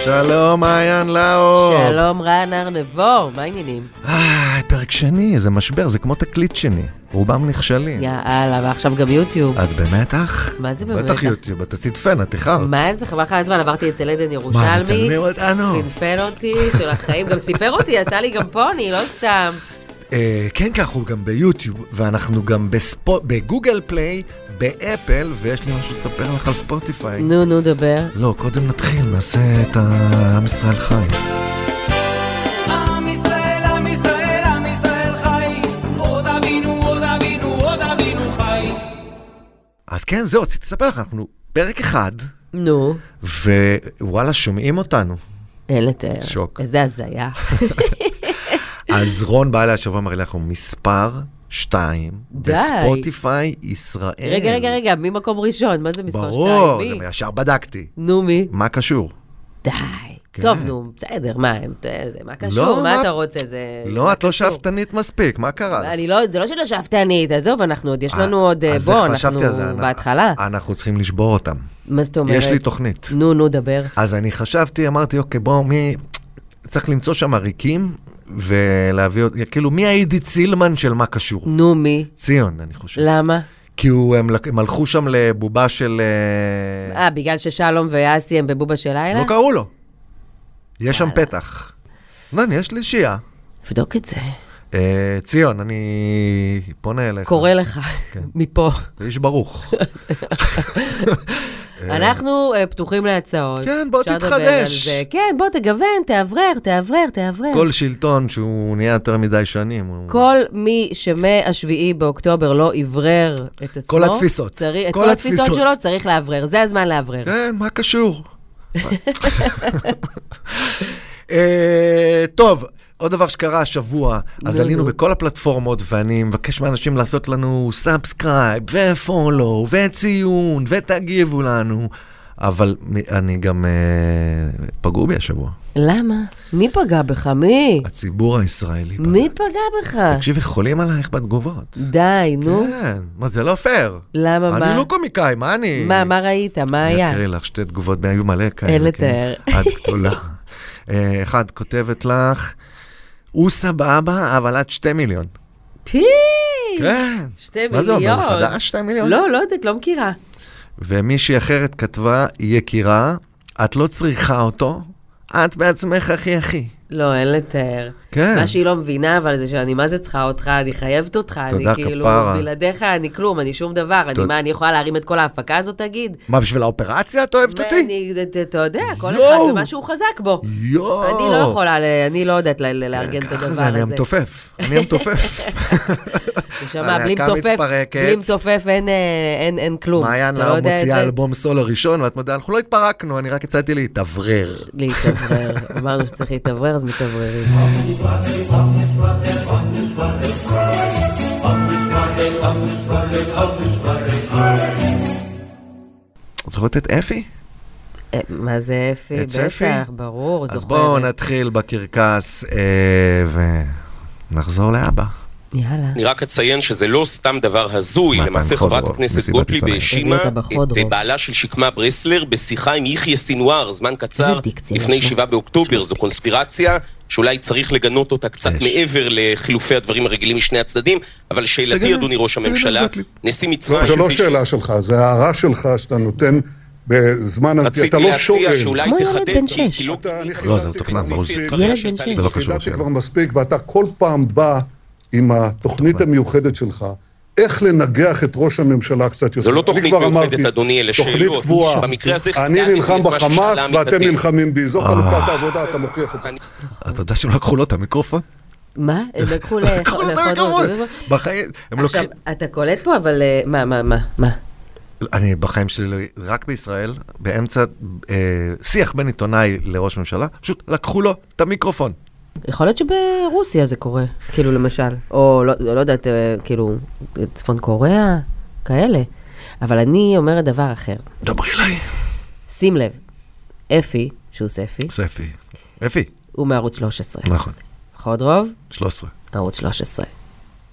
שלום, מעיין לאור. שלום, רן ארנבור, מה העניינים? פרק שני, זה משבר, זה כמו תקליט שני. רובם נכשלים. יאללה, ועכשיו גם יוטיוב. את במתח? מה זה במתח? בטח יוטיוב, את עשית פן, את איחרת. מה זה? חבל לך הזמן, עברתי אצל עדן ירושלמי. מה, מצלמים אותנו? פנפן אותי, של החיים, גם סיפר אותי, עשה לי גם פוני, לא סתם. כן, כך הוא גם ביוטיוב, ואנחנו גם בגוגל פליי, באפל, ויש לי משהו לספר לך על ספוטיפיי. נו, דבר. לא, קודם נתחיל, נעשה את עם ישראל חי. עם ישראל חי, עוד אבינו חי. אז כן, זהו, רציתי לספר לך, אנחנו פרק אחד, נו. ווואלה, שומעים אותנו. אין לתאר. שוק. איזה הזיה. אז רון בא אליי השבוע, אמר לי לך, הוא מספר 2 די. בספוטיפיי ישראל. רגע, מי מקום ראשון? מה זה מספר 2? ברור, זה ישר בדקתי. נו, מי? מה קשור? די. כן. טוב, נו, בסדר, מה קשור? לא, מה מה- אתה רוצה? זה... לא, את לא שאפתנית מספיק, מה קרה? זה לא שלא שאפתנית, עזוב, יש לנו עוד, אז בוא, חשבתי על זה, אנחנו בהתחלה. אנחנו צריכים לשבור אותם. מה זאת אומרת? יש לי תוכנית. נו, דבר. אז אני חשבתי, אמרתי, אוקיי, בואו, צריך למצוא שם עריקים, ולהביא, כאילו, מי העידית סילמן של מה קשור? נו, מי? ציון, אני חושב. למה? כי הם הלכו שם לבובה של... בגלל ששלום ויאסי הם בבובה של לילה? לא קראו לו. יש שם פתח. לא, יש לי שיעה. תבדוק את זה. ציון, אני פונה אליך. קורא לך, כן. מפה. זה איש ברוך. אנחנו פתוחים להצעות. כן, בוא אפשר לדבר תתחדש. על זה. כן, בוא תגוון, תאוורר. כל שלטון שהוא נהיה יותר מדי שנים. כל מי שמ-7 באוקטובר לא יברר את עצמו. כל התפיסות. כל התפיסות שלו צריך לאוורר. זה הזמן לאוורר. כן, מה קשור? טוב, עוד דבר שקרה השבוע, אז עלינו בכל הפלטפורמות, ואני מבקש מאנשים לעשות לנו סאבסקרייב, ופולו, וציון, ותגיבו לנו, אבל אני גם פגעו בי השבוע. למה? מי פגע בך? מי? הציבור הישראלי. מי פגע בך? תקשיבי, חולים עלייך בתגובות. די, נו. כן, מה זה לא פייר. למה, מה? אני לא קומיקאי, מה אני... מה ראית? מה היה? אני אקריא לך שתי תגובות, היו מלא כאלה. אין כן. לתאר. עד גדולה. אחד כותבת לך, הוא סבבה, אבל עד 2 מיליון. פי! כן. 2 מה זה אומר? מיליון. זה חדש 2 מיליון? לא יודעת, לא מכירה. ומישהי אחרת כתבה, יקירה, את לא צריכה אותו, את בעצמך הכי. לא, אין לתאר. כן. מה שהיא לא מבינה, אבל זה שאני מה זה צריכה אותך, אני חייבת אותך, תודה, אני כאילו, כפרה. בלעדיך אני כלום, אני שום דבר, אני יכולה להרים את כל ההפקה הזאת, תגיד? מה, בשביל האופרציה את אוהבת אותי? אתה יודע, כל אחד יואו. ומה שהוא חזק בו. יואו. אני לא יכולה, אני לא יודעת לארגן את הדבר ככה הזה. זה, אני המתופף. תשמע, בלי הלהקה מתפרקת. מתופף אין כלום. מעיין אתה לא לאור יודע את מוציאה זה? אלבום סולו ראשון, ואת מודעה, אנחנו לא התפרקנו, אני רק הצעתי להתאוורר. להתאוורר. אמרנו שצריך להתאוורר, אז מתאווררים. זוכרת את אפי? מה זה אפי? את ספי? בטח, ברור, אז זוכרת. בואו נתחיל בקרקס ונחזור לאבא. יאללה. אני רק אציין שזה לא סתם דבר הזוי, מה, למעשה פעם חברת חודרוב, הכנסת מסיבת גוטליב עיתונאים. האשימה הבאת בחודרוב. את בעלה של שקמה ברסלר בשיחה עם יחיא סינואר, זמן קצר איזה דיקציה לפני יש לו. 7 באוקטובר, זו קונספירציה שאולי צריך לגנות אותה קצת מעבר לחילופי הדברים הרגילים משני הצדדים, אבל שאלתי אדוני ראש הממשלה, גוטליב. נשיא מצרים... זה לא שאלה שלך, זה הערה שלך שאתה נותן בזמן אמיתי, רציתי אתה לא להציע שואל. שאולי כמו ילד תחדד, בן כי שש. לא... לא, זה מתוכנן, ברור. ילד בן שש. זה לא קשור ידעתי לשאלה. כבר מספיק, ואתה כל פעם בא עם התוכנית המיוחדת שלך, איך לנגח את ראש הממשלה קצת יותר. זו לא אני תוכנית כבר מיוחדת, אמרתי, אדוני, אלה תוכנית שאלות. קבועה. במקרה הזה אני חידדתי נלחם את מה בחמאס ששאלה ואתם מתעתד. נלחמים בי, זו חלוקת העבודה, אתה מוכיח את זה. אתה יודע שהם לקחו לו את המיקרופון? מה? הם לקחו לקחו לו את המיקרופון. בחיים, הם עכשיו, לוקחים... אתה קולט פה, אבל מה? אני בחיים שלי, רק בישראל, באמצע שיח בין עיתונאי לראש ממשלה, פשוט לקחו לו את המיקרופון. יכול להיות שברוסיה זה קורה, כאילו למשל, או לא יודעת, כאילו, צפון קוריאה, כאלה. אבל אני אומרת דבר אחר. דברי אליי. שים לב, אפי, שהוא ספי, ספי. אפי. הוא מערוץ 13. נכון. חודרוב, 13. ערוץ 13.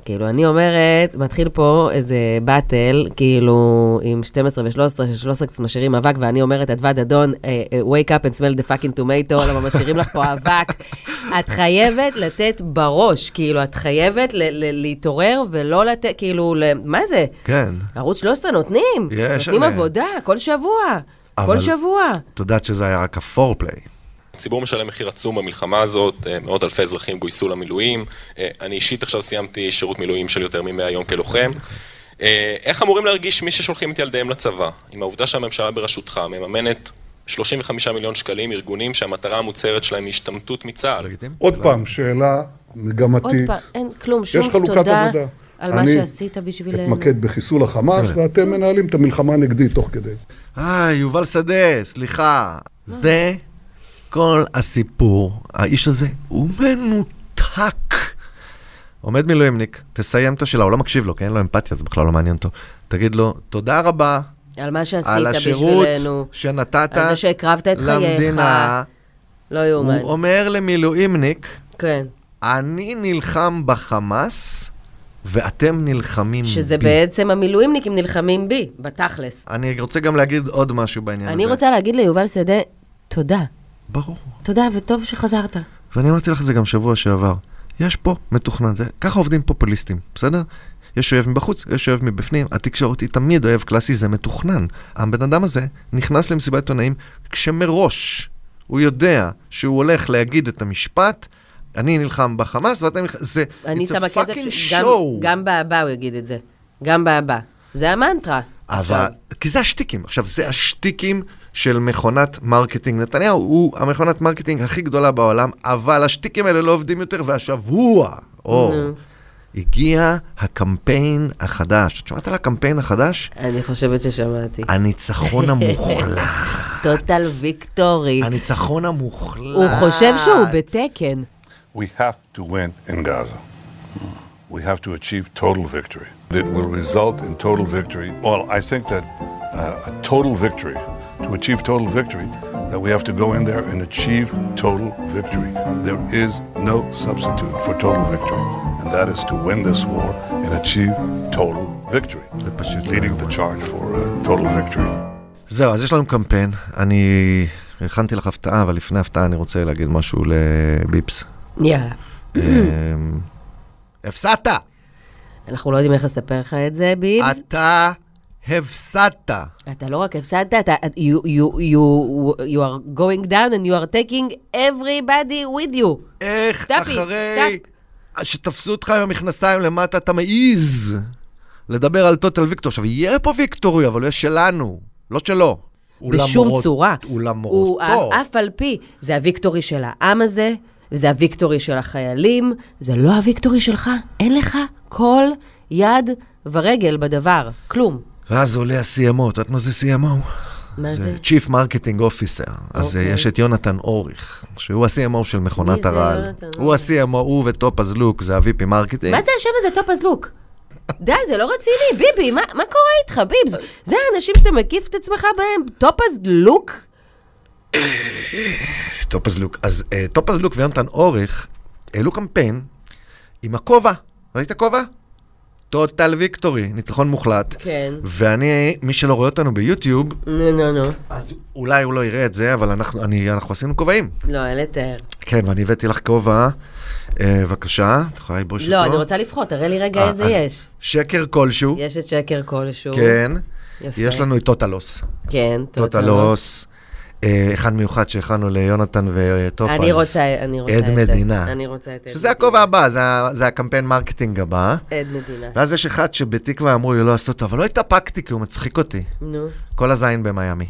כאילו, אני אומרת, מתחיל פה איזה באטל, כאילו, עם 12 ו-13, ש-13 קצת משאירים אבק, ואני אומרת, אדוה דדון, wake up and smell the fucking tomato, למה משאירים לך פה אבק. את חייבת לתת בראש, כאילו, את חייבת להתעורר ולא לתת, כאילו, מה זה? כן. ערוץ 13 נותנים, נותנים עבודה, כל שבוע, כל שבוע. את יודעת שזה היה רק ה-4play. הציבור משלם מחיר עצום במלחמה הזאת, מאות אלפי אזרחים גויסו למילואים. אני אישית עכשיו סיימתי שירות מילואים של יותר מ100 יום כלוחם. איך אמורים להרגיש מי ששולחים את ילדיהם לצבא? עם העובדה שהממשלה בראשותך מממנת 35 מיליון שקלים ארגונים שהמטרה המוצהרת שלהם היא השתמטות מצה"ל. עוד פעם, שאלה מגמתית. אין כלום, שום יש חלוקת תודה עבודה. על מה שעשית בשבילנו. אני אתמקד בחיסול החמאס, ואתם מנהלים את המלחמה נגדית תוך כדי. יובל שדה, סליחה. זה כל הסיפור. האיש הזה הוא מנותק. עומד מילואימניק, תסיים את השאלה, הוא לא מקשיב לו, כי אין לו אמפתיה, זה בכלל לא מעניין אותו. תגיד לו, תודה רבה. על מה שעשית בשבילנו. על השירות שנתת על זה שהקרבת את חייך. לא יאומן. הוא אומר למילואימניק, כן. אני נלחם בחמאס, ואתם נלחמים בי. שזה בעצם המילואימניקים נלחמים בי, בתכלס. אני רוצה גם להגיד עוד משהו בעניין הזה. אני רוצה להגיד ליובל שדה, תודה. ברור. תודה, וטוב שחזרת. ואני אמרתי לך את זה גם שבוע שעבר. יש פה מתוכנן, ככה עובדים פופוליסטים, בסדר? יש אוהב מבחוץ, יש אוהב מבפנים, התקשורת היא תמיד אוהב קלאסי, זה מתוכנן. הבן אדם הזה נכנס למסיבת עיתונאים, כשמראש הוא יודע שהוא הולך להגיד את המשפט, אני נלחם בחמאס, ואתה נלחם, זה, אני it's a fucking show. גם בהבא הוא יגיד את זה. גם בהבא. זה המנטרה. אבל, כי זה השטיקים. עכשיו, זה השטיקים של מכונת מרקטינג. נתניהו הוא המכונת מרקטינג הכי גדולה בעולם, אבל השטיקים האלה לא עובדים יותר, והשבוע, הגיע הקמפיין החדש. את שמעת על הקמפיין החדש? אני חושבת ששמעתי. הניצחון המוחלט. טוטל ויקטורי. הניצחון המוחלט. הוא חושב שהוא בתקן. We have to win in Gaza. We have to achieve total victory. It will result in total victory. Well, I think that a total victory, to achieve total victory, that we have to go in there and achieve total victory. There is no substitute for total victory, and that is to win this war and achieve total victory, leading the charge for total victory. זהו, אז יש לנו קמפיין. אני הכנתי לך הפתעה, אבל לפני הפתעה אני רוצה להגיד משהו לביפס. יאללה. הפסדת! אנחנו לא יודעים איך לספר לך את זה, ביבס. אתה הפסדת. אתה לא רק הפסדת, אתה, you are going down and you are taking everybody with you. איך אחרי שתפסו אותך עם המכנסיים למטה, אתה מעיז לדבר על טוטל ויקטור. עכשיו, יהיה פה ויקטורי, אבל הוא יהיה שלנו, לא שלו. בשום צורה. הוא אף על פי, זה הוויקטורי של העם הזה, וזה הוויקטורי של החיילים, זה לא הוויקטורי שלך. אין לך כל יד ורגל בדבר, כלום. ואז עולה ה-CMO, את יודעת מה זה CMO? מה זה? Chief Marketing Officer. אז יש את יונתן אוריך, שהוא ה-CMO של מכונת הרעל. הוא ה-CMO, הוא וטופז לוק, זה ה-VP Marketing. מה זה השם הזה, טופז לוק? די, זה לא רציני, ביבי, מה קורה איתך, ביבס? זה האנשים שאתה מקיף את עצמך בהם, טופז לוק? טופז לוק. אז טופז לוק ויונתן אוריך העלו קמפיין עם הכובע. ראית הכובע? טוטל ויקטורי, ניצחון מוחלט. כן. ואני, מי שלא רואה אותנו ביוטיוב, נו. אז אולי הוא לא יראה את זה, אבל אנחנו עשינו כובעים. לא, אין לתאר. כן, ואני הבאתי לך כובע. בבקשה, את יכולה לבוש אותו? לא, אני רוצה לבחור, תראה לי רגע איזה יש. שקר כלשהו. יש את שקר כלשהו. כן. יפה. יש לנו את טוטלוס. כן, טוטלוס. אחד מיוחד שהכנו ליונתן וטופז. אני רוצה עד מדינה. אני רוצה את עד שזה הכובע הבא, זה הקמפיין מרקטינג הבא. עד מדינה. ואז יש אחד שבתקווה אמרו לי לא לעשות, אבל לא התאפקתי כי הוא מצחיק אותי. נו. כל הזין במיימי.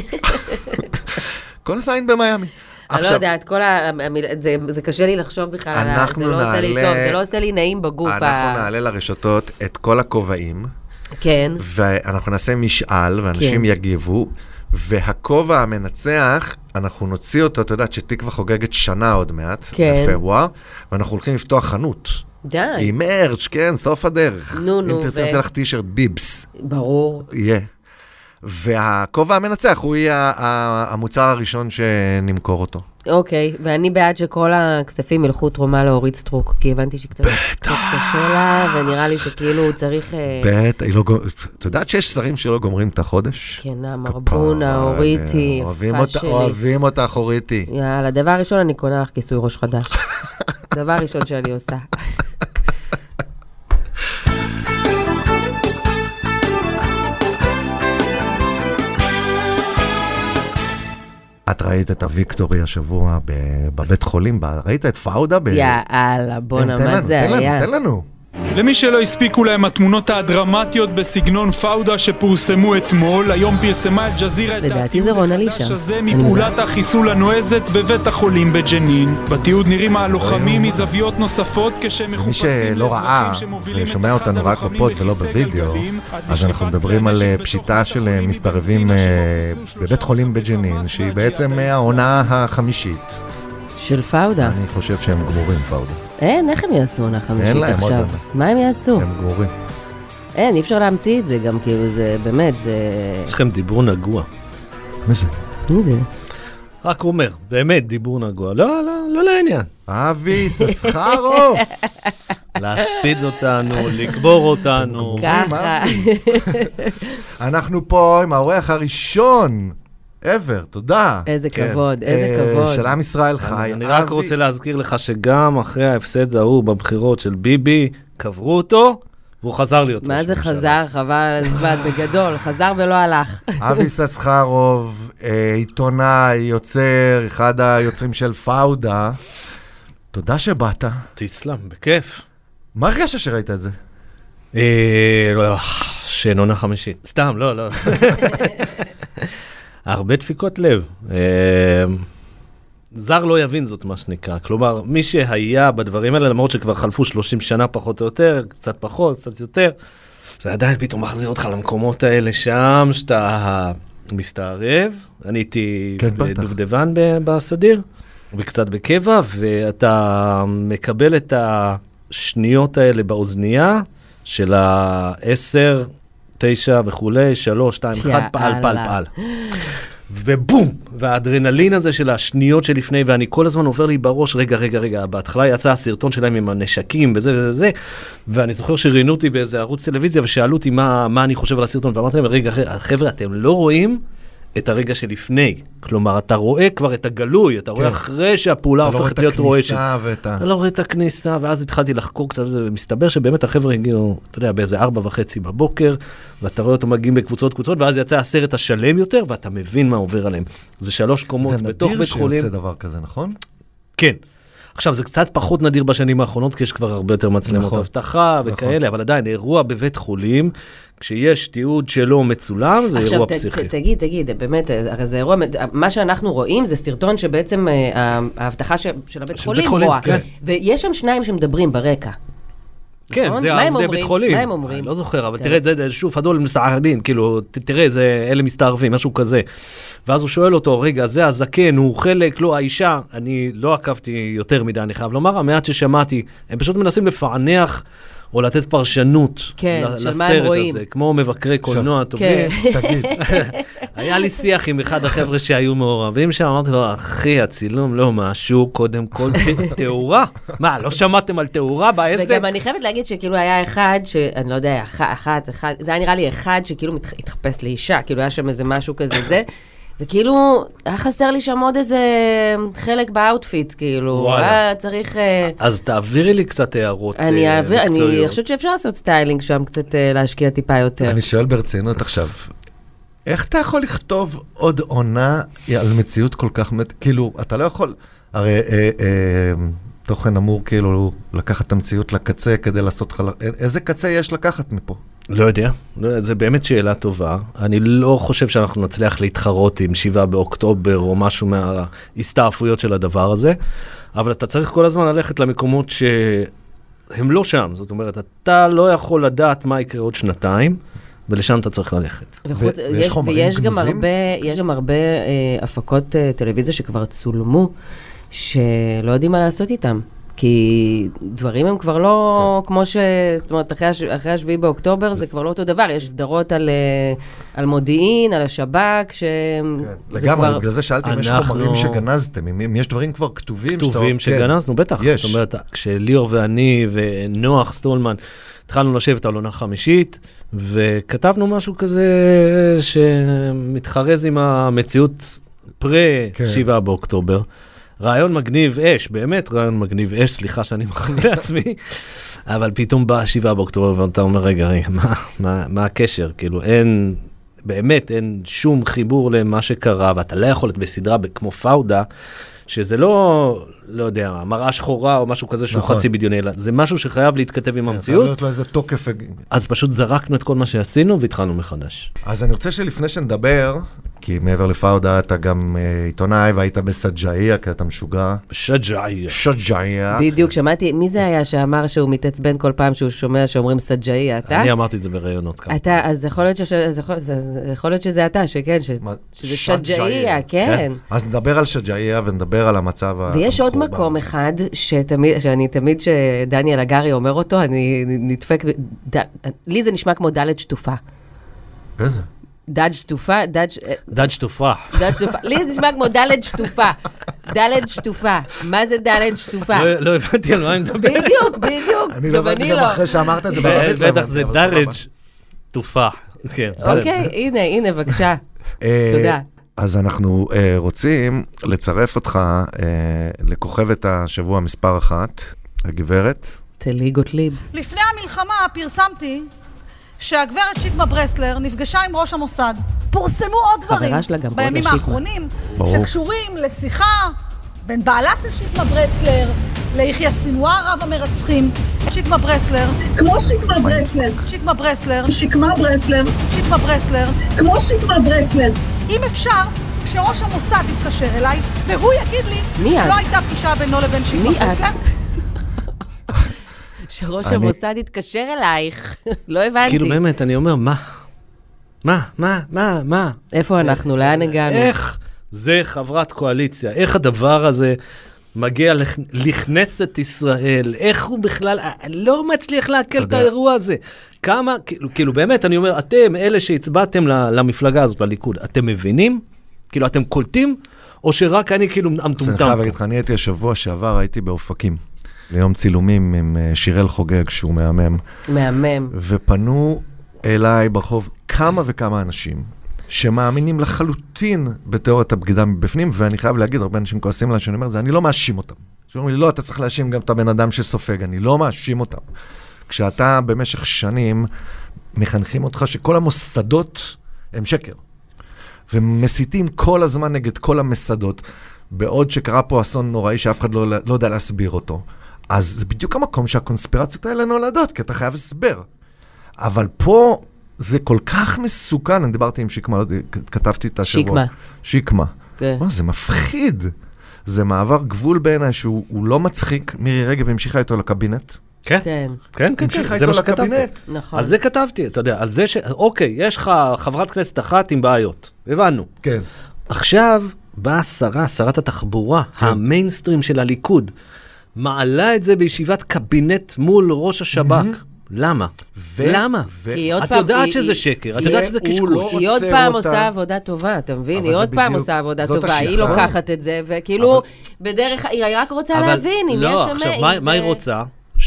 כל הזין במיימי. אני לא יודעת, זה קשה לי לחשוב בכלל עליו, זה לא עושה לי טוב, זה לא עושה לי נעים בגוף. אנחנו נעלה לרשתות את כל הכובעים. כן. ואנחנו נעשה משאל, ואנשים יגיבו. והכובע המנצח, אנחנו נוציא אותו, אתה יודעת שתקווה חוגגת שנה עוד מעט, בפברואר, ואנחנו הולכים לפתוח חנות. די. עם מרץ', כן, סוף הדרך. נו. אם תרצה לעשות לך טישרט ביבס. ברור. יהיה. והכובע המנצח הוא יהיה המוצר הראשון שנמכור אותו. אוקיי, ואני בעד שכל הכספים ילכו תרומה לאורית סטרוק, כי הבנתי שקצת קשה לה, ונראה לי שכאילו הוא צריך... בטח, את יודעת שיש שרים שלא גומרים את החודש? כן, מרבונה, אוריתי, יפה שלי. אוהבים אותך, אוריתי. יאללה, דבר ראשון, אני קונה לך כיסוי ראש חדש. דבר ראשון שאני עושה. את ראית את הוויקטורי השבוע בבית חולים, ראית את פאודה? יאללה, בונה, מה זה היה? תן לנו. למי שלא הספיקו להם התמונות הדרמטיות בסגנון פאודה שפורסמו אתמול, היום פרסמה את ג'זירה את התיעוד החדש הזה מפעולת החיסול הנועזת בבית החולים בג'נין. בתיעוד נראים הלוחמים מזוויות נוספות כשהם מחופשים מי שלא ראה ושומע אותנו רק בפוד ולא בווידאו, אז אנחנו מדברים על פשיטה של מסתרבים בבית חולים בג'נין, שהיא בעצם העונה החמישית. של פאודה. אני חושב שהם גמורים פאודה. אין, איך הם יעשו עונה חמישית עכשיו? עוד מה הם יעשו? הם גמורים. אין, אי אפשר להמציא את זה גם, כאילו, זה באמת, זה... יש לכם דיבור נגוע. מה זה? מי זה? רק אומר, באמת דיבור נגוע. לא לעניין. אבי, ססחרוף. להספיד אותנו, לקבור אותנו. ככה. אנחנו פה עם האורח הראשון. ever, תודה. איזה כבוד, איזה כבוד. של עם ישראל חי. אני רק רוצה להזכיר לך שגם אחרי ההפסד ההוא בבחירות של ביבי, קברו אותו, והוא חזר להיות. מה זה חזר? חבל על הזמן, בגדול, חזר ולא הלך. אבי ססחרוף, עיתונאי, יוצר, אחד היוצרים של פאודה. תודה שבאת. תסלם, בכיף. מה הרגשת שראית את זה? שאין עונה חמישית. סתם, לא. הרבה דפיקות לב. זר לא יבין זאת מה שנקרא. כלומר, מי שהיה בדברים האלה, למרות שכבר חלפו 30 שנה פחות או יותר, קצת פחות, קצת יותר, זה עדיין פתאום מחזיר אותך למקומות האלה שם, שאתה מסתערב. אני הייתי בדובדבן בסדיר, וקצת בקבע, ואתה מקבל את השניות האלה באוזנייה של 10, 9 וכולי, 3, 2, 1, פעל. ובום! והאדרנלין הזה של השניות שלפני, ואני כל הזמן עובר לי בראש, רגע, בהתחלה יצא הסרטון שלהם עם הנשקים וזה, ואני זוכר שראיינו אותי באיזה ערוץ טלוויזיה, ושאלו אותי מה אני חושב על הסרטון, ואמרתי להם, רגע, חבר'ה, אתם לא רואים את הרגע שלפני. כלומר, אתה רואה כבר את הגלוי, אתה רואה אחרי שהפעולה הופכת להיות רועשת. אתה לא רואה את הכניסה, ואז התחלתי לחקור קצת וזה, ומסתבר שבאמת החבר'ה הגיעו, אתה יודע, באיזה 4:30 בבוקר, ואתה רואה אותם מגיעים בקבוצות, ואז יצא הסרט השלם יותר, ואתה מבין מה עובר עליהם. זה 3 קומות בתוך בית חולים. זה נדיר שיוצא דבר כזה, נכון? כן. עכשיו, זה קצת פחות נדיר בשנים האחרונות, כי יש כבר הרבה יותר מצלמות אבטחה וכאלה, אבל עדיין, אירוע בבית חולים, כשיש תיעוד שלא מצולם, זה אירוע פסיכי. עכשיו, תגיד, באמת, הרי זה אירוע, מה שאנחנו רואים זה סרטון שבעצם ההבטחה של הבית חולים רואה, ויש שם 2 שמדברים ברקע. כן, זה עובדי בית חולים. מה הם אומרים? לא זוכר, אבל תראה, זה שוב, הדול מסתערבים, כאילו, תראה, אלה מסתערבים, משהו כזה. ואז הוא שואל אותו, רגע, זה הזקן, הוא חלק, לא, האישה, אני לא עקבתי יותר מדי, אני חייב לומר, המעט ששמעתי, הם פשוט מנסים לפענח, או לתת פרשנות לסרט הזה, כמו מבקרי קולנוע טובים. תגיד. היה לי שיח עם אחד החבר'ה שהיו מעורבים שם, אמרתי לו, אחי, הצילום לא משהו, קודם כל תאורה. מה, לא שמעתם על תאורה בעסק? וגם אני חייבת להגיד שכאילו היה אחד, שאני לא יודע, זה היה נראה לי אחד שכאילו התחפש לאישה, כאילו היה שם איזה משהו כזה זה, וכאילו, היה חסר לי שם עוד איזה חלק באוטפיט, כאילו, היה צריך... אז תעבירי לי קצת הערות מקצועיות. אני חושבת שאפשר לעשות סטיילינג שם, קצת להשקיע טיפה יותר. אני שואל ברצינות עכשיו, איך אתה יכול לכתוב עוד עונה על מציאות כל כך... כאילו, אתה לא יכול... הרי תוכן אמור כאילו לקחת את המציאות לקצה כדי לעשות לך... איזה קצה יש לקחת מפה? לא יודע, זה באמת שאלה טובה. אני לא חושב שאנחנו נצליח להתחרות עם 7 באוקטובר או משהו מההסתעפויות של הדבר הזה, אבל אתה צריך כל הזמן ללכת למקומות שהם לא שם. זאת אומרת, אתה לא יכול לדעת מה יקרה עוד 2, ולשם אתה צריך ללכת. ויש חומרים גנוזים? יש גם הרבה הפקות טלוויזיה שכבר צולמו, שלא יודעים מה לעשות איתם. כי דברים הם כבר לא כמו זאת אומרת, אחרי השביעי באוקטובר זה כבר לא אותו דבר, יש סדרות על מודיעין, על השב"כ, לגמרי, בגלל זה שאלתי אם יש חומרים שגנזתם, אם יש דברים כבר כתובים שגנזנו, בטח. זאת אומרת, כשליאור ואני ונוח סטולמן התחלנו לשבת על עונה חמישית, וכתבנו משהו כזה שמתחרז עם המציאות פרה-7 באוקטובר. רעיון מגניב אש, באמת רעיון מגניב אש, סליחה שאני מחמיא לעצמי, אבל פתאום בא 7 באוקטובר ואתה אומר, רגע, מה הקשר? כאילו באמת אין שום חיבור למה שקרה, ואתה לא יכול להיות בסדרה כמו פאודה, שזה לא יודע, מראה שחורה או משהו כזה שהוא חצי בדיוני, אלא זה משהו שחייב להתכתב עם המציאות. להיות לו איזה תוקף. אז פשוט זרקנו את כל מה שעשינו והתחלנו מחדש. אז אני רוצה שלפני שנדבר, כי מעבר לפאודה אתה גם עיתונאי והיית בסג'איה, כי אתה משוגע. סג'איה. בדיוק, שמעתי, מי זה היה שאמר שהוא מתעצבן כל פעם שהוא שומע שאומרים סג'איה, אתה? אני אמרתי את זה בראיונות כמה. אתה, אז יכול להיות שזה אתה, שכן, שזה סג'איה, כן. אז נדבר על סג'איה ונדבר על המצב. ויש עוד מקום אחד שאני תמיד שדניאל אגרי אומר אותו, אני נדפק, לי זה נשמע כמו דלת שטופה. איזה? דד שטופה, דד שטופה. לי זה נשמע כמו דלת שטופה. דלת שטופה. מה זה דלת שטופה? לא הבנתי על מה אני מדבר. בדיוק. אני לא הבנתי גם אחרי שאמרת את זה בערבית. בטח זה דלת שטופה. אוקיי, הנה, בבקשה. תודה. אז אנחנו רוצים לצרף אותך לכוכבת השבוע מספר 1, הגברת. טלי גוטליב. לפני המלחמה פרסמתי שהגברת שיקמה ברסלר נפגשה עם ראש המוסד. פורסמו עוד דברים בימים האחרונים שקשורים לשיחה בין בעלה של שיקמה ברסלר ליחיא סינואר רב המרצחים. שיקמה ברסלר כמו שיקמה ברסלר שיקמה ברסלר שיקמה ברסלר שיקמה ברסלר כמו שיקמה ברסלר. אם אפשר שראש המוסד יתקשר אליי והוא יגיד לי שלא הייתה פגישה בינו לבין שיקמה ברסלר. שראש המוסד יתקשר אלייך, לא הבנתי. כאילו באמת, אני אומר, מה? איפה אנחנו? לאן הגענו? איך זה חברת קואליציה? איך הדבר הזה מגיע לכנסת ישראל? איך הוא בכלל לא מצליח להקל את האירוע הזה? כמה, כאילו באמת, אני אומר, אתם, אלה שהצבעתם למפלגה הזאת, לליכוד, אתם מבינים? כאילו, אתם קולטים? או שרק אני כאילו המטומטם? אני חייב להגיד לך, אני הייתי השבוע שעבר, הייתי באופקים. ליום צילומים עם שירל חוגג, שהוא מהמם. ופנו אליי ברחוב כמה וכמה אנשים, שמאמינים לחלוטין בתיאוריית הבגידה מבפנים, ואני חייב להגיד, הרבה אנשים כועסים לה, שאני אומר, אני לא מאשים אותם. שאומרים לי, לא, אתה צריך להאשים גם את הבן אדם שסופג, אני לא מאשים אותם. כשאתה במשך שנים מחנכים אותך שכל המוסדות הם שקר, ומסיתים כל הזמן נגד כל המסדות, בעוד שקרה פה אסון נוראי שאף אחד לא יודע להסביר אותו. אז זה בדיוק המקום שהקונספירציות האלה נולדות, כי אתה חייב הסבר. אבל פה זה כל כך מסוכן, אני דיברתי עם שיקמה, כתבתי את השבוע. שיקמה. מה, זה מפחיד. זה מעבר גבול בעיניי שהוא לא מצחיק, מירי רגב המשיכה איתו לקבינט. כן. המשיכה איתו לקבינט. נכון. על זה כתבתי, אתה יודע, על זה אוקיי, יש לך חברת כנסת אחת עם בעיות. הבנו. כן. עכשיו באה שרת התחבורה, המיינסטרים של הליכוד, מעלה את זה בישיבת קבינט מול ראש השב"כ. למה? למה? את יודעת שזה שקר, את יודעת שזה קשקוש. היא עוד פעם עושה עבודה טובה, אתה מבין? היא עוד פעם עושה עבודה טובה, היא לוקחת את זה, וכאילו, בדרך, היא רק רוצה להבין אם יש שם... לא, עכשיו, מה היא רוצה?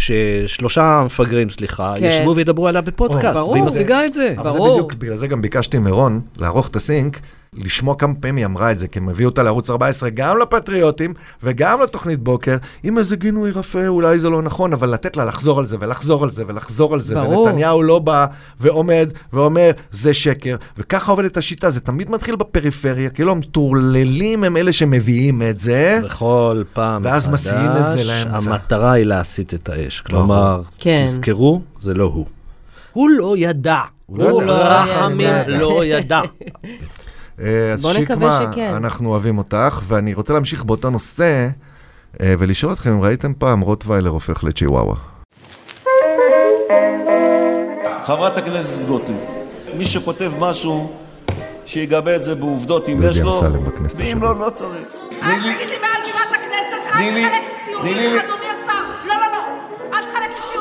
ששלושה מפגרים, סליחה, ישבו וידברו עליה בפודקאסט, והיא משיגה את זה. אבל זה בדיוק, בגלל זה גם ביקשתי מרון לערוך את הסינק, לשמוע כמה פעמים היא אמרה את זה, כי הם הביאו אותה לערוץ 14, גם לפטריוטים וגם לתוכנית בוקר, אם איזה גינוי רפה, אולי זה לא נכון, אבל לתת לה לחזור על זה ולחזור על זה ולחזור על זה, ונתניהו לא בא ועומד ואומר, זה שקר, וככה עובדת השיטה, זה תמיד מתחיל בפריפריה, כאילו המטורללים הם אלה שמביאים את זה, בכל פעם ואז מסיעים את זה לאמצע. המטרה היא להסיט את האש, כלומר, תזכרו, זה לא הוא. הוא לא ידע. הוא לא ידע. אז שיקמה, אנחנו אוהבים אותך, ואני רוצה להמשיך באותו נושא, ולשאול אתכם אם ראיתם פעם רוטוויילר הופך לצ'יוואווה. חברת הכנסת גוטליב, מי שכותב משהו, שיגבה את זה בעובדות אם יש לו, ואם לא, לא צריך. אל תגיד לי מעל בימת הכנסת, אל תחלק ציונים, אדוני השר.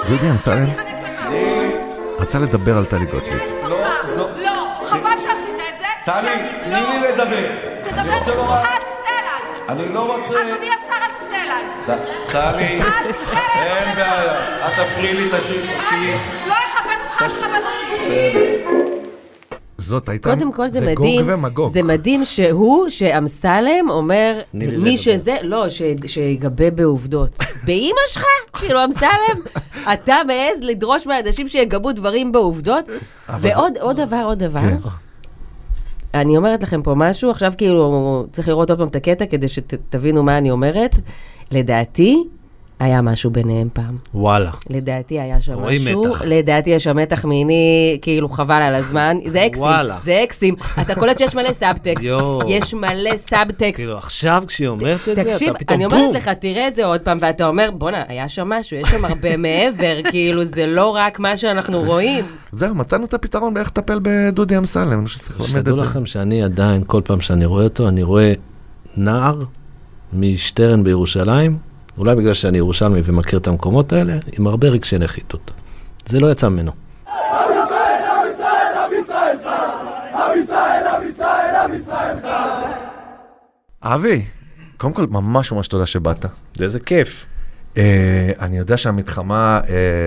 דודי אמסלם רצה לדבר על טלי גוטליב. לא, חבל שעשית את זה. טלי, תני לי לדבר. תדבר בצורה, אל תפנה אליי. אני לא רוצה... אדוני השר, אל תפנה אליי. טלי, אין בעיה. את תפריעי לי את השיר שלי. לא יכבד אותך, אל תכבד אותי. זאת הייתה, קודם כל זה גוג ומגוג. זה מדהים שאמסלם אומר, מי שזה, לא, שיגבה בעובדות. באמא שלך? כאילו, אמסלם, אתה מעז לדרוש מהאנשים שיגבו דברים בעובדות? ועוד דבר. אני אומרת לכם פה משהו, עכשיו כאילו צריך לראות עוד פעם את הקטע כדי שתבינו מה אני אומרת. לדעתי, היה משהו ביניהם פעם. וואלה. לדעתי היה שם משהו. מתח. לדעתי יש שם מתח מיני, כאילו חבל על הזמן. זה אקסים. וואלה. זה אקסים. אתה קולט שיש מלא סאבטקסט. יש מלא סאבטקסט. כאילו עכשיו כשהיא אומרת את זה, תקשיב, אתה פתאום אני אומרת לך, תראה את זה עוד פעם, ואתה אומר, בונה, היה שם משהו, יש שם הרבה מעבר, כאילו זה לא רק מה שאנחנו רואים. זהו, מצאנו את הפתרון באיך לטפל בדודי אמסלם. אני חושב שצריך ללמד את זה. שתדעו לכם שאני עדיין, כל פעם שאני רואה אותו, אני רואה נער משטרן בירושלים, אולי בגלל שאני ירושלמי ומכיר את המקומות האלה, עם הרבה רגשי נחיתות. זה לא יצא ממנו. אבי, קודם כל ממש ממש תודה שבאת. איזה כיף. אני יודע שהמתחמה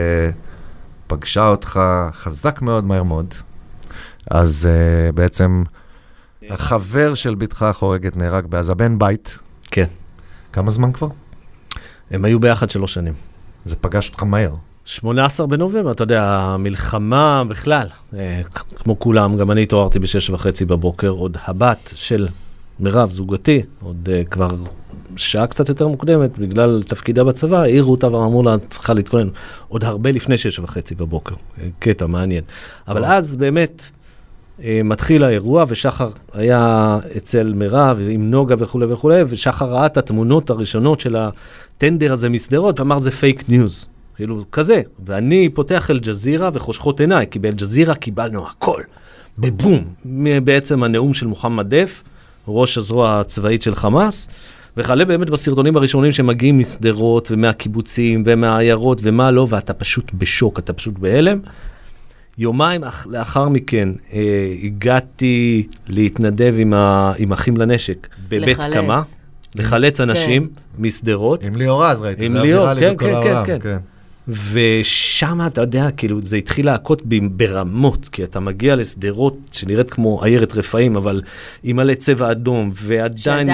פגשה אותך חזק מאוד, מהר מאוד. אז בעצם החבר של ביתך החורגת נהרג בעזה, בן בית. כן. כמה זמן כבר? הם היו ביחד 3 שנים. זה פגש אותך מהר. 18 בנובמבר, אתה יודע, המלחמה בכלל, כמו כולם, גם אני התעוררתי ב6:30 בבוקר, עוד הבת של מירב, זוגתי, עוד כבר שעה קצת יותר מוקדמת, בגלל תפקידה בצבא, העירו אותה ואמרו לה, צריכה להתכונן, עוד הרבה לפני 6:30 בבוקר, קטע מעניין. אבל אז באמת מתחיל האירוע, ושחר היה אצל מירב, עם נוגה וכו' וכו', ושחר ראה את התמונות הראשונות של הטנדר הזה מסדרות, ואמר, זה פייק ניוז. כאילו, כזה. ואני פותח אל ג'זירה וחושכות עיניי, כי באל ג'זירה קיבלנו הכל. בבום. בעצם הנאום של מוחמד דף, ראש הזרוע הצבאית של חמאס, וחלה באמת בסרטונים הראשונים שמגיעים מסדרות ומהקיבוצים ומהעיירות ומה לא, ואתה פשוט בשוק, אתה פשוט בהלם. יומיים לאחר מכן הגעתי להתנדב עם אחים לנשק בבית קמה, לחלץ אנשים מסדרות. עם ליאור אז ראיתי, זה אווירה לי בכל העולם. כן. ושם אתה יודע, כאילו זה התחיל להכות ברמות, כי אתה מגיע לסדרות שנראית כמו עיירת רפאים, אבל עם מלא צבע אדום, ועדיין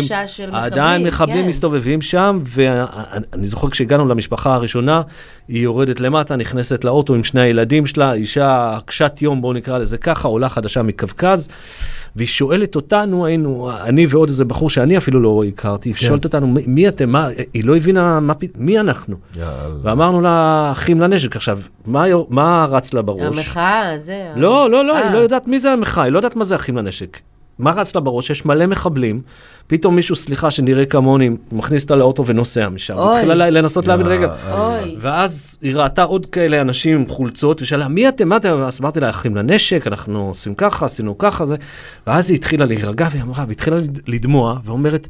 מחבלים מסתובבים שם, ואני זוכר כשהגענו למשפחה הראשונה, היא יורדת למטה, נכנסת לאוטו עם 2 הילדים שלה, אישה קשת יום, בואו נקרא לזה ככה, עולה חדשה מקווקז, והיא שואלת אותנו, אני ועוד איזה בחור שאני אפילו לא הכרתי, היא שואלת אותנו, מי אתם? היא לא הבינה מי אנחנו. ואמרנו לה, אחים לנשק. עכשיו, מה רץ לה בראש? המחאה, זה... לא, היא לא יודעת מי זה המחאה, היא לא יודעת מה זה אחים לנשק. מה רץ לה בראש? יש מלא מחבלים, פתאום מישהו, סליחה, שנראה כמוני, מכניס אותה לאוטו ונוסע משם. התחילה לנסות להבין רגע. ואז היא ראתה עוד כאלה אנשים עם חולצות, ושאלה, מי אתם? מה אתם? אז אמרתי לה, אחים לנשק, אנחנו עושים ככה, עשינו ככה, זה. ואז היא התחילה להירגע, והיא אמרה, והתחילה לדמוע, ואומרת,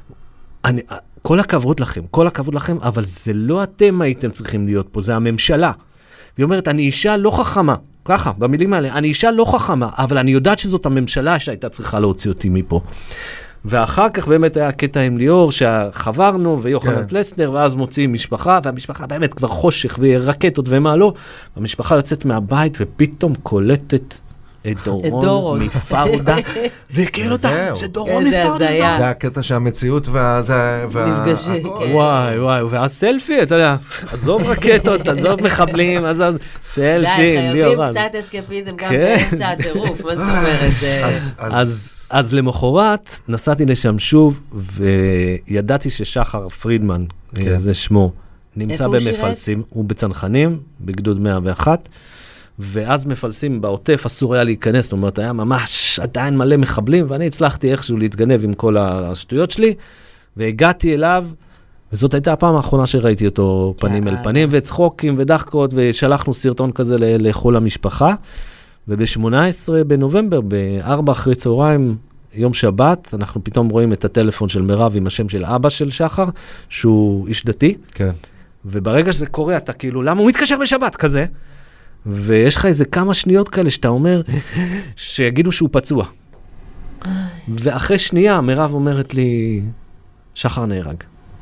כל הכבוד לכם, אבל זה לא אתם הייתם צריכים להיות פה, זה הממשלה. והיא אומרת, אני אישה לא חכמה, ככה, במילים האלה, אני אישה לא חכמה, אבל אני יודעת שזאת הממשלה שהייתה צריכה להוציא אותי מפה. ואחר כך באמת היה קטע עם ליאור, שחברנו, ויוחנן פלסנר, ואז מוציאים משפחה, והמשפחה באמת כבר חושך, ורקטות ומה לא, והמשפחה יוצאת מהבית, ופתאום קולטת את דורון מפאודה, וכאילו זה דורון מפאודה. זה הקטע שהמציאות נפגשים. וואי, ואז סלפי, אתה יודע, עזוב רקטות, עזוב מחבלים, עזוב סלפי, חייבים קצת אסקפיזם גם באמצע הטירוף, מה זאת אומרת? אז למחרת נסעתי לשם שוב, וידעתי ששחר פרידמן, זה שמו, נמצא במפלסים, הוא בצנחנים, בגדוד 101, ואז מפלסים בעוטף, אסור היה להיכנס, זאת אומרת, היה ממש עדיין מלא מחבלים, ואני הצלחתי איכשהו להתגנב עם כל השטויות שלי, והגעתי אליו, וזאת הייתה הפעם האחרונה שראיתי אותו פנים אל פנים, וצחוקים ודחקות, ושלחנו סרטון כזה לכל המשפחה, וב-18 בנובמבר, ב-4 אחרי צהריים, יום שבת, אנחנו פתאום רואים את הטלפון של מירב עם השם של אבא של שחר, שהוא איש דתי, כן. וברגע שזה קורה, אתה כאילו, למה הוא מתקשר בשבת כזה? ויש לך איזה כמה שניות כאלה שאתה אומר, שיגידו שהוא פצוע. ואחרי שנייה, מירב אומרת לי, שחר נהרג.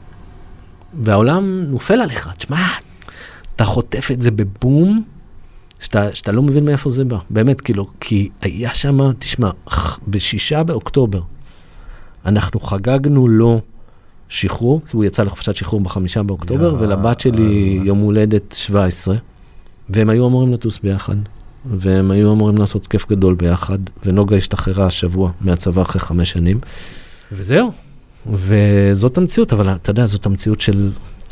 והעולם נופל עליך, תשמע, אתה חוטף את זה בבום, שאתה לא מבין מאיפה זה בא. באמת, כאילו, כי היה שם, תשמע, ב6 באוקטובר, אנחנו חגגנו לו שחרור, כי הוא יצא לחופשת שחרור ב5 באוקטובר, ולבת שלי יום הולדת 17, והם היו אמורים לטוס ביחד, והם היו אמורים לעשות כיף גדול ביחד, ונוגה השתחררה השבוע מהצבא אחרי 5 שנים, וזהו. וזאת המציאות, אבל אתה יודע, זאת המציאות של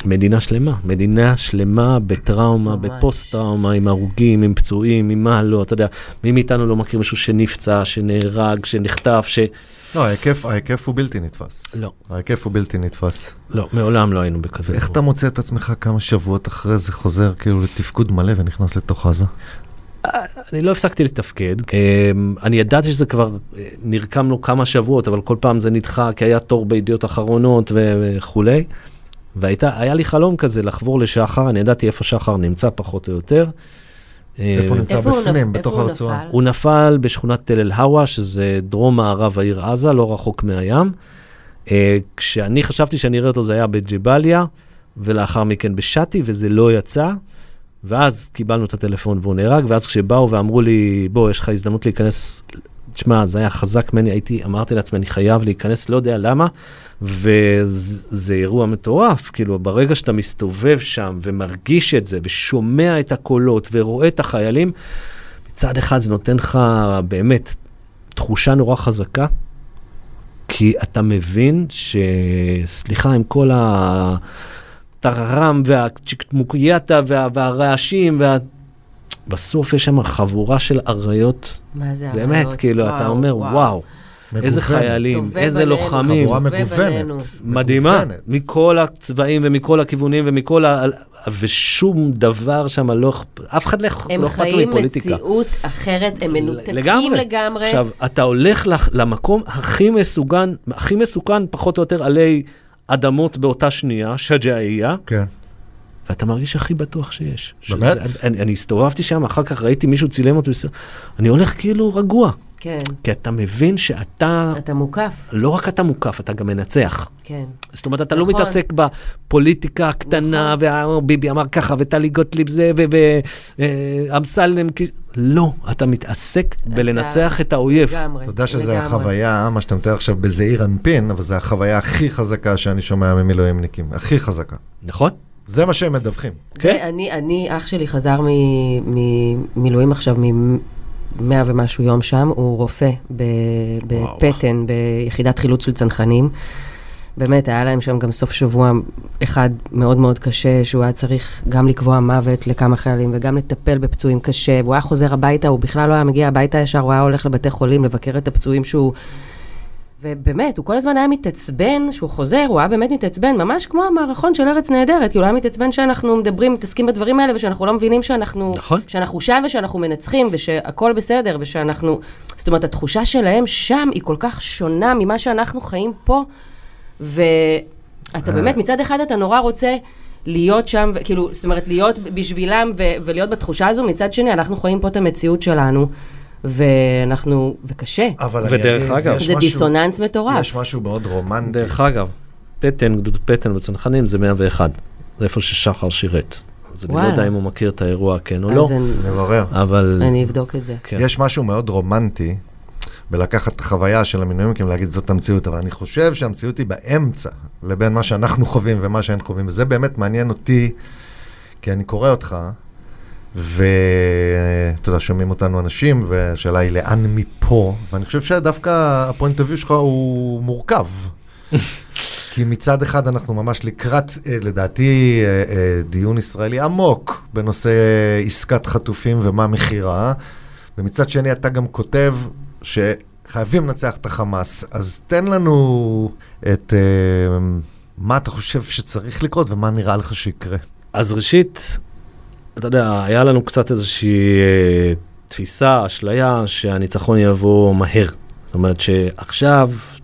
מדינה שלמה בטראומה, בפוסט-טראומה, עם הרוגים, עם פצועים, עם מה לא, אתה יודע, מי מאיתנו לא מכיר משהו שנפצע, שנהרג, שנחטף, לא, ההיקף הוא בלתי נתפס. לא. ההיקף הוא בלתי נתפס. לא, מעולם לא היינו בכזה. איך אתה מוצא את עצמך כמה שבועות אחרי זה חוזר כאילו לתפקוד מלא ונכנס לתוך עזה? אני לא הפסקתי לתפקד. אני ידעתי שזה כבר נרקם לו כמה שבועות, אבל כל פעם זה נדחה, כי היה תור בידיעות אחרונות וכולי. והיה לי חלום כזה לחבור לשחר, אני ידעתי איפה שחר נמצא פחות או יותר. איפה נמצא בפנים, בתוך הרצועה? הוא נפל בשכונת תל אל הווה, שזה דרום מערב העיר עזה, לא רחוק מהים. כשאני חשבתי שאני אראה אותו, זה היה בג'באליה, ולאחר מכן בשאטי, וזה לא יצא. ואז קיבלנו את הטלפון והוא נהרג, ואז כשבאו ואמרו לי, בוא, יש לך הזדמנות להיכנס, תשמע, זה היה חזק ממני, אמרתי לעצמי, אני חייב להיכנס, לא יודע למה, וזה אירוע מטורף, כאילו, ברגע שאתה מסתובב שם, ומרגיש את זה, ושומע את הקולות, ורואה את החיילים, מצד אחד זה נותן לך באמת תחושה נורא חזקה, כי אתה מבין סליחה, עם כל הטררם והצ'יקמוקייתה והרעשים, בסוף יש שם חבורה של אריות. מה זה באמת, אריות? כאילו, אתה אומר, וואו, איזה חיילים, איזה לוחמים. חבורה מגוונת. מדהימה, מכל הצבעים ומכל הכיוונים ומכל ושום דבר שם לא אכפת לו מפוליטיקה. הם חיים מציאות אחרת, הם מנותקים לגמרי. עכשיו, אתה הולך למקום הכי מסוכן, פחות או יותר עלי אדמות באותה שנייה, שג'אעיה. כן. ואתה מרגיש הכי בטוח שיש. באמת? אני הסתובבתי שם, אחר כך ראיתי מישהו צילם אותו, אני הולך כאילו רגוע. כן. כי אתה מבין שאתה... אתה מוקף. לא רק אתה מוקף, אתה גם מנצח. כן. זאת אומרת, אתה לא מתעסק בפוליטיקה הקטנה, וביבי אמר ככה, וטלי גוטליב זה, ואמסלם, לא, אתה מתעסק בלנצח את האויב. אתה יודע שזה החוויה, מה שאתה מתאר עכשיו בזעיר אנפין, אבל זה החוויה הכי חזקה שאני שומע ממילואימניקים. הכי חזקה. נכון. זה מה שהם מדווחים. אני, אח שלי חזר ממילואים עכשיו, 100 ומשהו יום שם, הוא רופא בפטן, ביחידת חילוץ של צנחנים. באמת, היה להם שם גם סוף שבוע אחד מאוד מאוד קשה, שהוא היה צריך גם לקבוע מוות לכמה חיילים, וגם לטפל בפצועים קשה, והוא היה חוזר הביתה, הוא בכלל לא היה מגיע הביתה ישר, הוא היה הולך לבתי חולים, לבקר את הפצועים שהוא... ובאמת, הוא כל הזמן היה מתעצבן, שהוא חוזר, הוא היה באמת מתעצבן, ממש כמו המערכון של ארץ נהדרת, כי הוא היה מתעצבן שאנחנו מדברים, מתעסקים בדברים האלה, ושאנחנו לא מבינים שאנחנו שם ושאנחנו מנצחים, ושהכל בסדר, ושאנחנו... זאת אומרת, התחושה שלהם שם היא כל כך שונה ממה שאנחנו חיים פה, ואתה באמת, מצד אחד אתה נורא רוצה להיות שם, כאילו, זאת אומרת, להיות בשבילם ולהיות בתחושה הזו, מצד שני, אנחנו חיים פה את המציאות שלנו, וקשה. ודרך אגב, זה דיסוננס מטורף. יש משהו מאוד רומנטי. דרך אגב, גדוד פטן בצנחנים זה 101. זה איפה ששחר שירת. אז אני לא יודע אם הוא מכיר את האירוע, כן או לא. נברר. אבל... אני אבדוק את זה. יש משהו מאוד רומנטי בלקחת את החוויה של המילואימניקים להגיד זאת המציאות, אבל אני חושב שהמציאות היא באמצע, לבין מה שאנחנו חווים ומה שהם חווים, וזה באמת מעניין אותי, כי אני קורא אותך, ואתה יודע, שומעים אותנו אנשים, והשאלה היא לאן מפה, ואני חושב שדווקא הפוינט אביו שלך הוא מורכב. כי מצד אחד אנחנו ממש לקראת, לדעתי, דיון ישראלי עמוק בנושא עסקת חטופים ומה מחירה, ומצד שני אתה גם כותב שחייבים לנצח את החמאס, אז תן לנו את מה אתה חושב שצריך לקרות ומה נראה לך שיקרה. אז ראשית, אתה יודע, היה לנו קצת איזושהי תפיסה, אשליה, שהניצחון יבוא מהר. זאת אומרת שעכשיו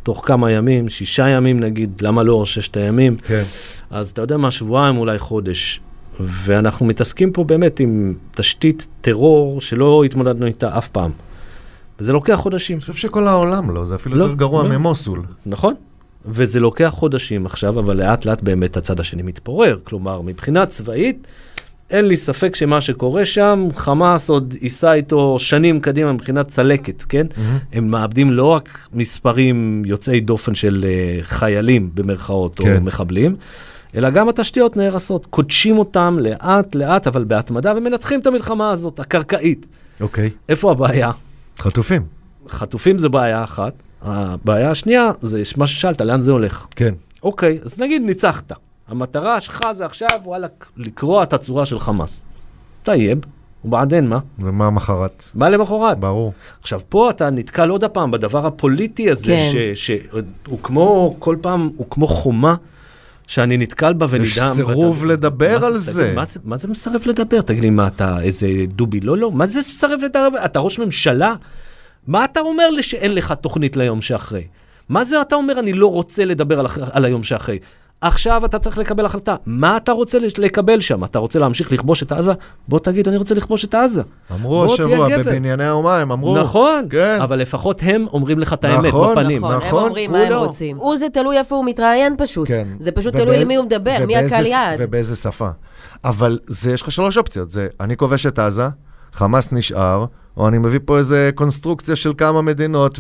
תוך כמה ימים, 6 ימים נגיד, למה לא 6 הימים? כן. אז אתה יודע מה, שבועיים, אולי חודש. ואנחנו מתעסקים פה באמת עם תשתית טרור שלא התמודדנו איתה אף פעם. וזה לוקח חודשים. אני חושב שכל העולם לא, זה אפילו יותר גרוע ממוסול. נכון. וזה לוקח חודשים עכשיו, אבל לאט לאט באמת הצד השני מתפורר. כלומר, מבחינה צבאית, אין לי ספק שמה שקורה שם, חמאס עוד ייסע איתו שנים קדימה מבחינת צלקת, כן? הם מאבדים לא רק מספרים יוצאי דופן של חיילים במרכאות או מחבלים, אלא גם התשתיות נהרסות, קודשים אותם לאט לאט, אבל בהתמדה, ומנצחים את המלחמה הזאת, הקרקעית. אוקיי. איפה הבעיה? חטופים. חטופים זה בעיה אחת. הבעיה השנייה זה מה ששאלת, לאן זה הולך? כן. אוקיי, אז נגיד ניצחת. המטרה שלך זה עכשיו, וואלה, לקרוא את הצורה של חמאס. טייב, ובעדין מה? ומה מחרת? מה למחרת? ברור. עכשיו, פה אתה נתקל עוד הפעם בדבר הפוליטי הזה, כן. שהוא כמו, כל פעם, הוא כמו חומה, שאני נתקל בה ונדהם. יש סירוב לדבר על זה. מה זה מסרב לדבר? תגיד לי, מה אתה, איזה דובי לא? מה זה מסרב לדבר? אתה ראש ממשלה? מה אתה אומר לי שאין לך תוכנית ליום שאחרי? מה זה אתה אומר, אני לא רוצה לדבר על היום שאחרי? עכשיו אתה צריך לקבל החלטה. מה אתה רוצה לקבל שם? אתה רוצה להמשיך לכבוש את עזה? בוא תגיד, אני רוצה לכבוש את עזה. אמרו השבוע בבנייני האומה, הם אמרו. נכון, כן. אבל לפחות הם אומרים לך את האמת בפנים. נכון, הם אומרים מה הם רוצים. הוא זה תלוי איפה הוא מתראיין פשוט. כן. זה פשוט תלוי למי הוא מדבר, מי הקהל יעד. ובאיזה שפה. אבל יש לך 3 אופציות. זה אני כובש את עזה, חמאס נשאר, או אני מביא פה איזה קונסטרוקציה של כמה מדינות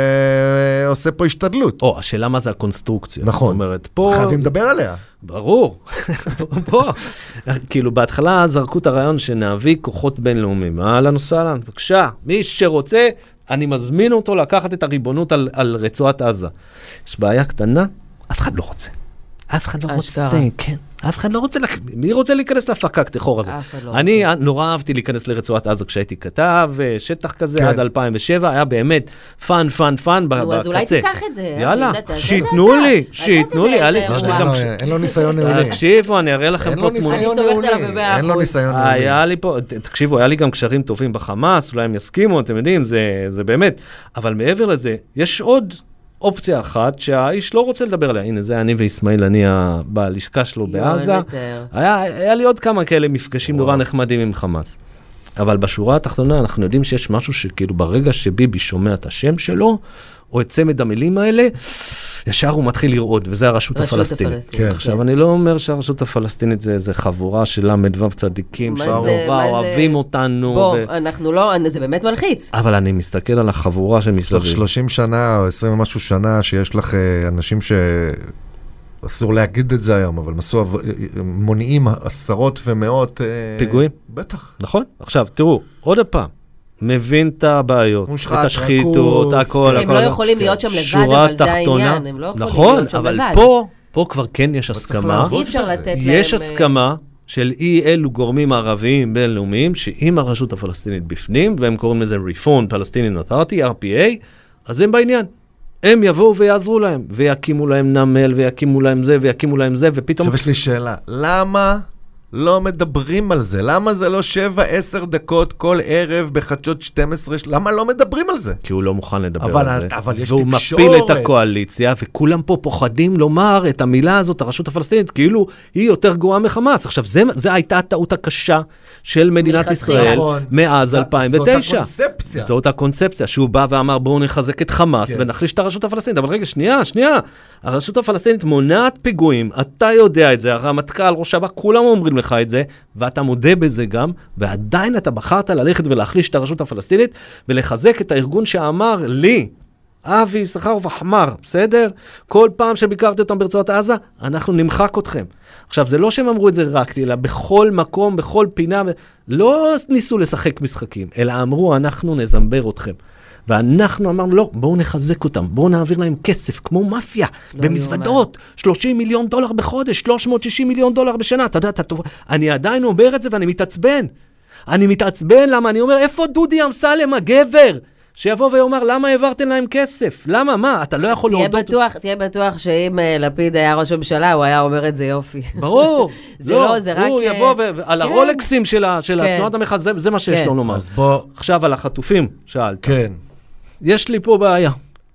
ועושה פה השתדלות. או, השאלה מה זה הקונסטרוקציה. נכון. זאת אומרת, פה... חייבים לדבר עליה. ברור. פה. כאילו, בהתחלה זרקו את הרעיון שנביא כוחות בינלאומיים. אהלן וסהלן, בבקשה, מי שרוצה, אני מזמין אותו לקחת את הריבונות על רצועת עזה. יש בעיה קטנה, אף אחד לא רוצה. אף אחד לא רוצה, כן. אף אחד לא רוצה, מי רוצה להיכנס להפקה כתחור הזה? אני נורא אהבתי להיכנס לרצועת עזה כשהייתי כתב, שטח כזה עד 2007, היה באמת פן בקצה. אז אולי תיקח את זה. יאללה, שיתנו לי, אין לו ניסיון נעולי. תקשיבו, אני אראה לכם פה תמונה. אני סומכת עליו ב100%. אין לו ניסיון נעולי. היה לי פה, תקשיבו, היה לי גם קשרים טובים בחמאס, אולי הם יסכימו, אתם יודעים, זה באמת. אבל מעבר לזה, יש עוד אופציה אחת שהאיש לא רוצה לדבר עליה. הנה, זה אני ויסמעיל, אני בלשכה שלו בעזה. היה לי עוד כמה כאלה מפגשים נורא נחמדים עם חמאס. אבל בשורה התחתונה אנחנו יודעים שיש משהו שכאילו ברגע שביבי שומע את השם שלו, או את צמד המילים האלה, ישר הוא מתחיל לרעוד, וזה הרשות הפלסטינית. עכשיו, אני לא אומר שהרשות הפלסטינית זה חבורה של למד צדיקים, שאוהבים אותנו. בוא, אנחנו לא, זה באמת מלחיץ. אבל אני מסתכל על החבורה שמסביב. 30 שנה או 20 ומשהו שנה שיש לך אנשים אסור להגיד את זה היום, אבל מונעים עשרות ומאות פיגועים. בטח. נכון. עכשיו, תראו, עוד הפעם. מבין את הבעיות, את השחיתות, הכל. הם לא יכולים להיות שם לבד, אבל זה העניין. הם לא יכולים להיות שם לבד. נכון, אבל פה כבר כן יש הסכמה. אי אפשר לתת להם... יש הסכמה של אלו גורמים ערביים בינלאומיים, שאם הרשות הפלסטינית בפנים, והם קוראים לזה Reform Palestinian Authority, RPA, אז הם בעניין. הם יבואו ויעזרו להם, ויקימו להם נמל, ויקימו להם זה, ויקימו להם זה, ופתאום... עכשיו יש לי שאלה, למה לא מדברים על זה? למה זה לא 7-10 דקות כל ערב בחדשות 12? למה לא מדברים על זה? כי הוא לא מוכן לדבר על זה. אבל יש והוא תקשורת. מפיל את הקואליציה, וכולם פה פוחדים לומר את המילה הזאת, הרשות הפלסטינית, כאילו היא יותר גרועה מחמאס. עכשיו, זה הייתה הטעות הקשה של מדינת ישראל מאז 2009. זאת הקונספציה. זאת הקונספציה, שהוא בא ואמר, בואו נחזק את חמאס ונחליש את הרשות הפלסטינית. אבל רגע, שנייה. הרשות הפלסטינית מונעת פיגועים. אתה יודע את זה, הרמטכ"ל, ראש שב"כ, כולם אומרים לך את זה, ואתה מודה בזה גם, ועדיין אתה בחרת ללכת ולהחליש את הרשות הפלסטינית, ולחזק את הארגון שאמר לי, אבי יששכרוב החמר, בסדר? כל פעם שביקרתי אותם ברצועת עזה, אנחנו נמחק אתכם. עכשיו, זה לא שהם אמרו את זה רק, אלא בכל מקום, בכל פינה, לא ניסו לשחק משחקים, אלא אמרו, אנחנו נזמבר אתכם. ואנחנו אמרנו, לא, בואו נחזק אותם, בואו נעביר להם כסף, כמו מאפיה, במזוודות, 30 מיליון דולר בחודש, 360 מיליון דולר בשנה, אתה יודע, אני עדיין אומר את זה ואני מתעצבן. אני מתעצבן, למה? אני אומר, איפה דודי אמסלם, הגבר? שיבוא ויאמר, למה העברתם להם כסף? למה? מה? אתה לא יכול להודות... תהיה בטוח שאם לפיד היה ראש הממשלה, הוא היה אומר את זה יופי. ברור. לא, זה רק... הוא יבוא על הרולקסים של התנועת המחאה, זה מה שיש לו לומר. אז בוא... עכשיו על החטופים, שאלת. כן. יש לי פה בעיה.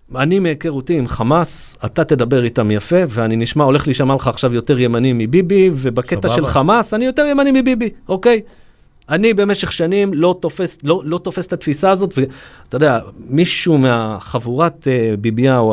אני מהיכרותי עם חמאס, אתה תדבר איתם יפה, ואני נשמע, הולך להישמע לך עכשיו יותר ימני מביבי, ובקטע של חמאס, אני יותר ימני מביבי, אוקיי? אני במשך שנים לא תופס את התפיסה הזאת, ואתה יודע, מישהו מהחבורת ביביהו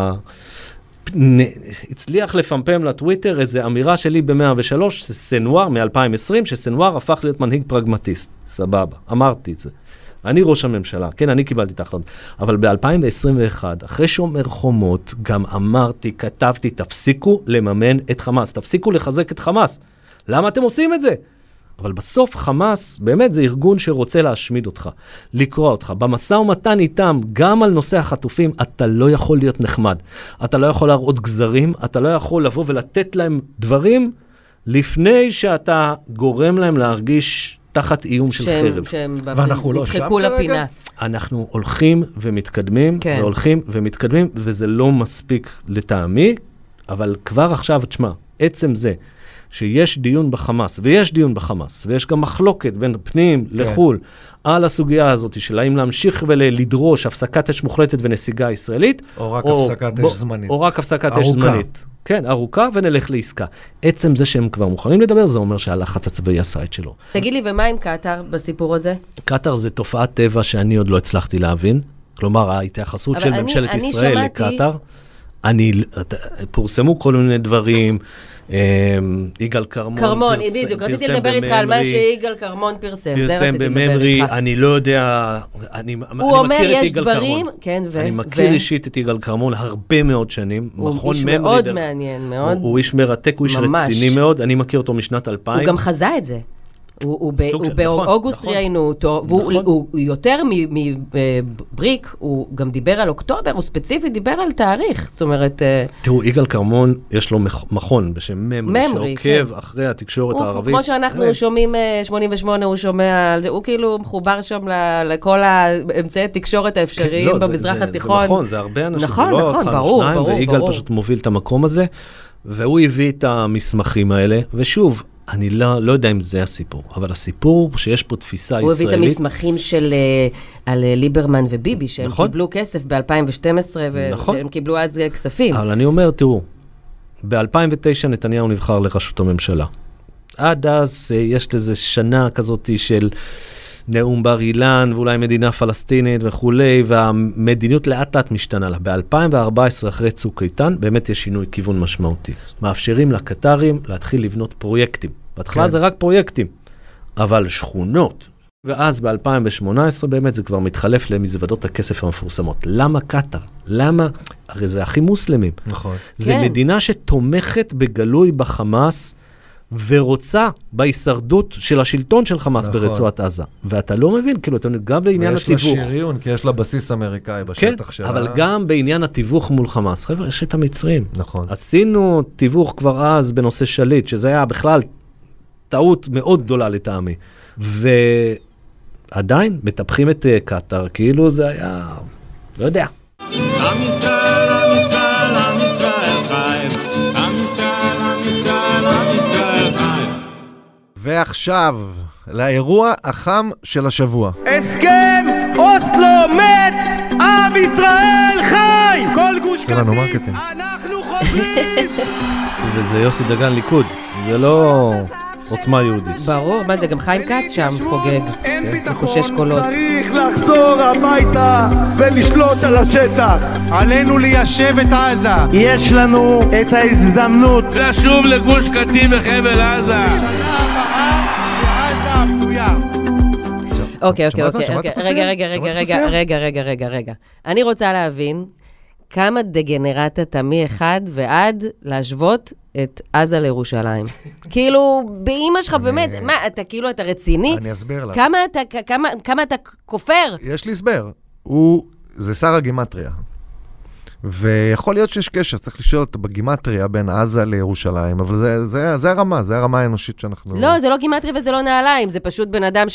הצליח לפמפם לטוויטר איזו אמירה שלי ב-103, סנואר מ-2020, שסנואר הפך להיות מנהיג פרגמטיסט. סבבה, אמרתי את זה. אני ראש הממשלה, כן, אני קיבלתי את ההחלטות. אבל ב-2021, אחרי שומר חומות, גם אמרתי, כתבתי, תפסיקו לממן את חמאס, תפסיקו לחזק את חמאס. למה אתם עושים את זה? אבל בסוף חמאס, באמת זה ארגון שרוצה להשמיד אותך, לקרוא אותך. במשא ומתן איתם, גם על נושא החטופים, אתה לא יכול להיות נחמד. אתה לא יכול להראות גזרים, אתה לא יכול לבוא ולתת להם דברים, לפני שאתה גורם להם להרגיש תחת איום של חרב. ואנחנו לא שם כרגע? אנחנו הולכים ומתקדמים, והולכים ומתקדמים, וזה לא מספיק לטעמי, אבל כבר עכשיו, תשמע, עצם זה, שיש דיון בחמאס, ויש דיון בחמאס, ויש גם מחלוקת בין פנים לחול, על הסוגיה הזאת של האם להמשיך ולדרוש הפסקת אש מוחלטת ונסיגה ישראלית, או רק הפסקת אש זמנית. או רק הפסקת אש זמנית. כן, ארוכה, ונלך לעסקה. עצם זה שהם כבר מוכנים לדבר, זה אומר שהלחץ הצבאי עשה את שלו. תגיד לי, ומה עם קטר בסיפור הזה? קטר זה תופעת טבע שאני עוד לא הצלחתי להבין. כלומר, ההתייחסות של ממשלת ישראל לקטר. פורסמו כל מיני דברים, יגאל קרמון בדיוק, רציתי לדבר איתך על מה שיגאל קרמון פרסם, פרסם בממרי, אני לא יודע, אני מכיר את יגאל קרמון, אני מכיר אישית את יגאל קרמון הרבה מאוד שנים, הוא איש מאוד מעניין, מאוד, הוא איש מרתק, הוא איש רציני מאוד, אני מכיר אותו משנת 2000, הוא גם חזה את זה. הוא באוגוסט ראינו אותו, והוא יותר מבריק, הוא גם דיבר על אוקטובר, הוא ספציפית דיבר על תאריך, זאת אומרת... תראו, יגאל קרמון יש לו מכון בשם ממרי, שעוקב אחרי התקשורת הערבית. כמו שאנחנו שומעים 88, הוא שומע, הוא כאילו מחובר שם לכל האמצעי התקשורת האפשריים במזרח התיכון. זה נכון, זה הרבה אנשים, זה לא אחד שניים, ויגאל פשוט מוביל את המקום הזה, והוא הביא את המסמכים האלה, ושוב, אני לא יודע אם זה הסיפור, אבל הסיפור הוא שיש פה תפיסה ישראלית. הוא הביא את המסמכים על ליברמן וביבי, שהם קיבלו כסף ב-2012, והם קיבלו אז כספים. אבל אני אומר, תראו, ב-2009 נתניהו נבחר לראשות הממשלה. עד אז יש לזה שנה כזאת של נאום בר אילן, ואולי מדינה פלסטינית וכולי, והמדיניות לאט לאט משתנה לה. ב-2014 אחרי צוק איתן, באמת יש שינוי כיוון משמעותי. מאפשרים לקטרים להתחיל לבנות פרויקטים. בהתחלה זה רק פרויקטים, אבל שכונות. ואז ב-2018 באמת זה כבר מתחלף למזוודות הכסף המפורסמות. למה קטר? למה? הרי זה הכי מוסלמים. נכון. זה מדינה שתומכת בגלוי בחמאס, ורוצה בהישרדות של השלטון של חמאס ברצועת עזה. ואתה לא מבין, כאילו, גם בעניין התיווך. ויש לה שריון, כי יש לה בסיס אמריקאי בשטח שלה. אבל גם בעניין התיווך מול חמאס. חבר'ה, יש את המצרים. נכון. עשינו תיווך כבר אז בנושא שליט, שזה היה בכלל טעות מאוד גדולה לטעמי. ועדיין מטפחים את קטר, כאילו זה היה, לא יודע. עם ישראל, עם ישראל, עם ישראל חיים. ועכשיו, לאירוע החם של השבוע. הסכם אוסלו מת, עם ישראל חי! כל גוש קטיף, אנחנו חוזרים! וזה יוסי דגן ליכוד, זה לא עוצמה יהודית. ברור, מה זה, גם חיים כץ שם חוגג, מחושש קולות. צריך לחזור הביתה ולשלוט על השטח. עלינו ליישב את עזה. יש לנו את ההזדמנות לשוב לגוש קטיף וחבל עזה. בשנה הבאה בעזה הפנויה. אוקיי, רגע. אני רוצה להבין כמה דגנרט אתה מ-1 ועד להשוות את עזה לירושלים. כאילו, באמא שלך באמת, מה, אתה כאילו, אתה רציני? אני אסביר לך. כמה אתה כופר? יש לי הסבר. זה שר הגימטריה. ויכול להיות שיש קשר, צריך לשאול אותו בגימטריה בין עזה לירושלים, אבל זה הרמה, זה הרמה האנושית שאנחנו... לא, זה לא גימטריה וזה לא נעליים, זה פשוט בן אדם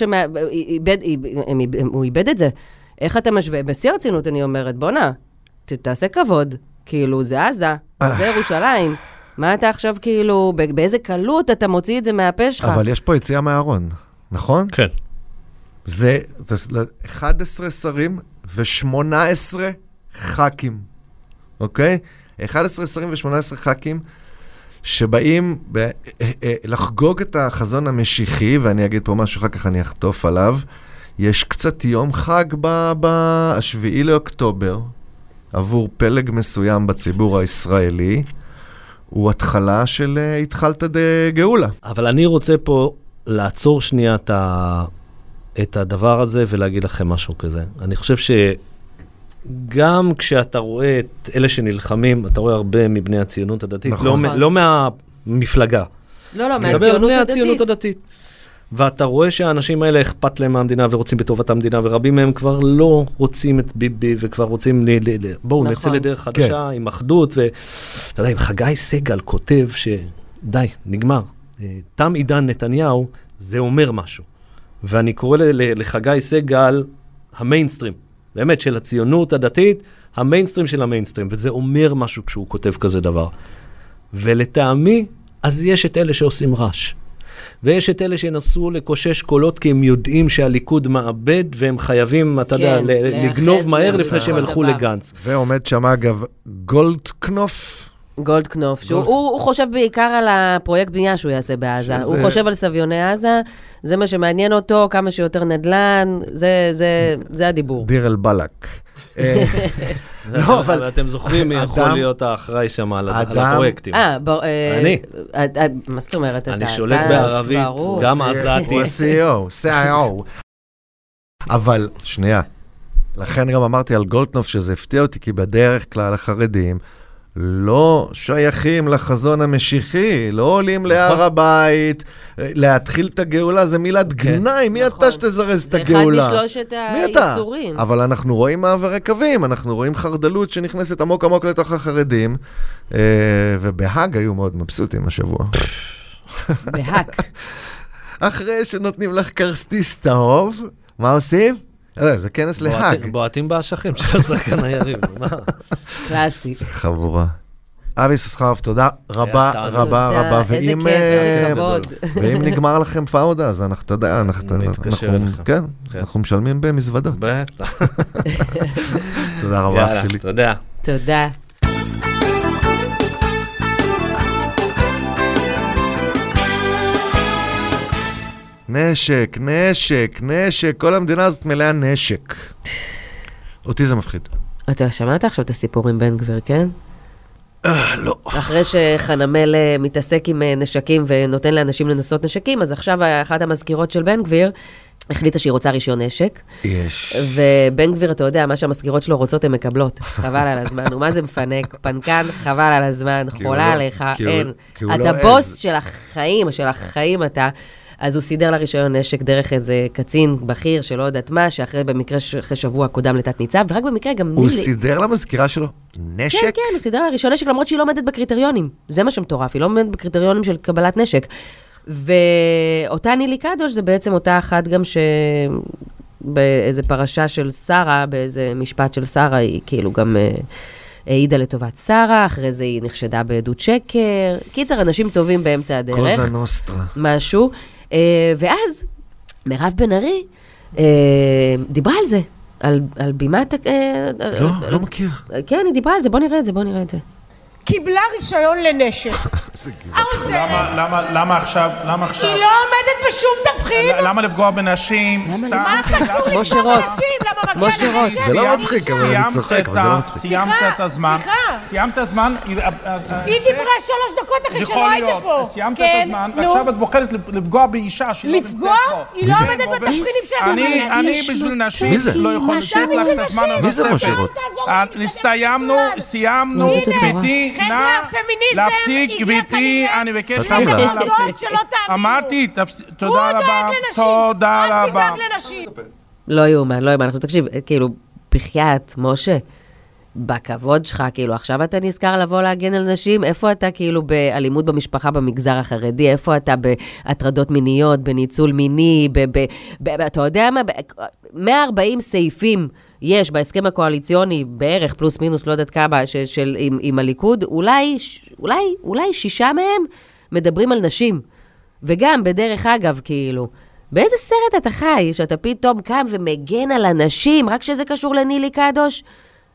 הוא איבד את זה. איך אתה משווה? בשיא הרצינות אני אומרת, בונה, תעשה כבוד, כאילו זה עזה, זה ירושלים. מה אתה עכשיו כאילו, באיזה קלות אתה מוציא את זה מהפה שלך? אבל יש פה יציאה מהארון, נכון? כן. זה 11 שרים ו18 ח"כים, אוקיי? 11, 20 ו-18 ח"כים שבאים לחגוג את החזון המשיחי, ואני אגיד פה משהו, אחר כך אני אחטוף עליו. יש קצת יום חג ב-7 לאוקטובר, עבור פלג מסוים בציבור הישראלי, הוא התחלה של התחלת גאולה. אבל אני רוצה פה לעצור שנייה את הדבר הזה ולהגיד לכם משהו כזה. אני חושב שגם כשאתה רואה את אלה שנלחמים, אתה רואה הרבה מבני הציונות הדתית, לא מהמפלגה. לא, מהציונות הדתית. ואתה רואה שהאנשים האלה אכפת להם מהמדינה ורוצים בטובת המדינה, ורבים מהם כבר לא רוצים את ביבי, וכבר רוצים, בואו נצא לדרך חדשה עם אחדות, ואתה יודע, אם חגי סגל כותב שדי, נגמר, תם עידן נתניהו, זה אומר משהו. ואני קורא לחגי סגל המיינסטרים, באמת של הציונות הדתית, המיינסטרים של המיינסטרים, וזה אומר משהו כשהוא כותב כזה דבר. ולטעמי, אז יש את אלה שעושים רעש. ויש את אלה שנסו לקושש קולות, כי הם יודעים שהליכוד מאבד, והם חייבים, אתה יודע, לגנוב מהר לפני שהם הלכו לגנץ. ועומד שם אגב גולדקנופ. גולדקנופ, שהוא חושב בעיקר על הפרויקט בנייה שהוא יעשה בעזה. הוא חושב על סביוני עזה, זה מה שמעניין אותו, כמה שיותר נדל"ן, זה הדיבור. דיר אל בלק. לא, אבל אתם זוכרים מי יכול להיות האחראי שם על הפרויקטים. אני. מה זאת אומרת? אני שולט בערבית, גם עזתי. הוא CEO. אבל, שנייה, לכן גם אמרתי על גולדקנופ שזה הפתיע אותי, כי בדרך כלל החרדים לא שייכים לחזון המשיחי, לא עולים להר הבית, להתחיל את הגאולה, זה מילת גנאי, מי אתה שתזרז את הגאולה? זה אחד משלושת האיסורים. אבל אנחנו רואים מעברי קווים, אנחנו רואים חרדלות שנכנסת עמוק עמוק לתוך החרדים, ובהאג היו מאוד מבסוטים השבוע. בהאג. אחרי שנותנים לך קרסטיס צהוב, מה עושים? זה כנס להאג. בועטים באשכים של השחקן היריב. קלאסי. זה חבורה. אבי ססחרוף, תודה רבה רבה רבה. איזה כיף, איזה כבוד. ואם נגמר לכם פאודה, אז אנחנו, אתה יודע, אנחנו משלמים במזוודות. בטח. תודה רבה, אח שלי. תודה. תודה. נשק, נשק, נשק, כל המדינה הזאת מלאה נשק. אותי זה מפחיד. אתה שמעת עכשיו את הסיפור עם בן גביר, כן? לא. אחרי שחנמל מתעסק עם נשקים ונותן לאנשים לנסות נשקים, אז עכשיו אחת המזכירות של בן גביר החליטה שהיא רוצה רישיון נשק. יש. ובן גביר, אתה יודע, מה שהמזכירות שלו רוצות, הן מקבלות. חבל על הזמן. ומה זה מפנק? פנקן, חבל על הזמן. חולה עליך, אין. אתה בוס של החיים, של החיים אתה. אז הוא סידר לה רישיון נשק דרך איזה קצין בכיר שלא יודעת מה, שאחרי במקרה אחרי שבוע קודם לתת ניצב, ורק במקרה גם הוא סידר למזכירה שלו נשק? כן, כן, הוא סידר לה רישיון נשק, למרות שהיא לא עומדת בקריטריונים. זה מה שמטורף, היא לא עומדת בקריטריונים של קבלת נשק. ואותה נילי קדוש זה בעצם אותה אחת גם שבאיזה פרשה של שרה, באיזה משפט של שרה, היא כאילו גם העידה לטובת שרה, אחרי זה היא נחשדה בעדות שקר. קיצר, אנשים טובים באמצע הדרך. קוזה נוסטרה. משהו. ואז מירב בן ארי דיברה על זה, על בימת... לא מכיר. כן, היא דיברה על זה, בוא נראה את זה, בוא נראה את זה. קיבלה רישיון לנשק. למה עכשיו? היא לא עומדת בשום תבחין. למה לפגוע בנשים? מה קשור לפגוע בנשים? למה מגיע לנשק? זה לא מצחיק, אבל אני צוחק, אבל זה לא מצחיק. סיימת את הזמן. סיימת את הזמן. היא דיברה 3 דקות אחרי שלא היית פה. סיימת את הזמן, ועכשיו את בוחרת לפגוע באישה שהיא לא נמצאת פה. לפגוע? היא לא עומדת בתבחינים שלה. אני בשביל נשים לא יכול לתת לך את הזמן הנוספת. סיימנו, גביתי, להפסיק, גביתי, אני מבקש לך להפסיק. אמרתי, תודה רבה, תודה רבה. לא יאומן, לא יאומן. אנחנו תקשיב, כאילו, בחייאת, משה, בכבוד שלך, כאילו, עכשיו אתה נזכר לבוא להגן על נשים? איפה אתה כאילו באלימות במשפחה במגזר החרדי? איפה אתה בהטרדות מיניות, בניצול מיני, אתה יודע מה? 140 סעיפים יש בהסכם הקואליציוני, בערך פלוס מינוס, לא יודעת כמה, עם הליכוד, אולי 6 מהם מדברים על נשים. וגם בדרך אגב, כאילו, באיזה סרט אתה חי, שאתה פתאום קם ומגן על אנשים, רק שזה קשור לנילי קדוש?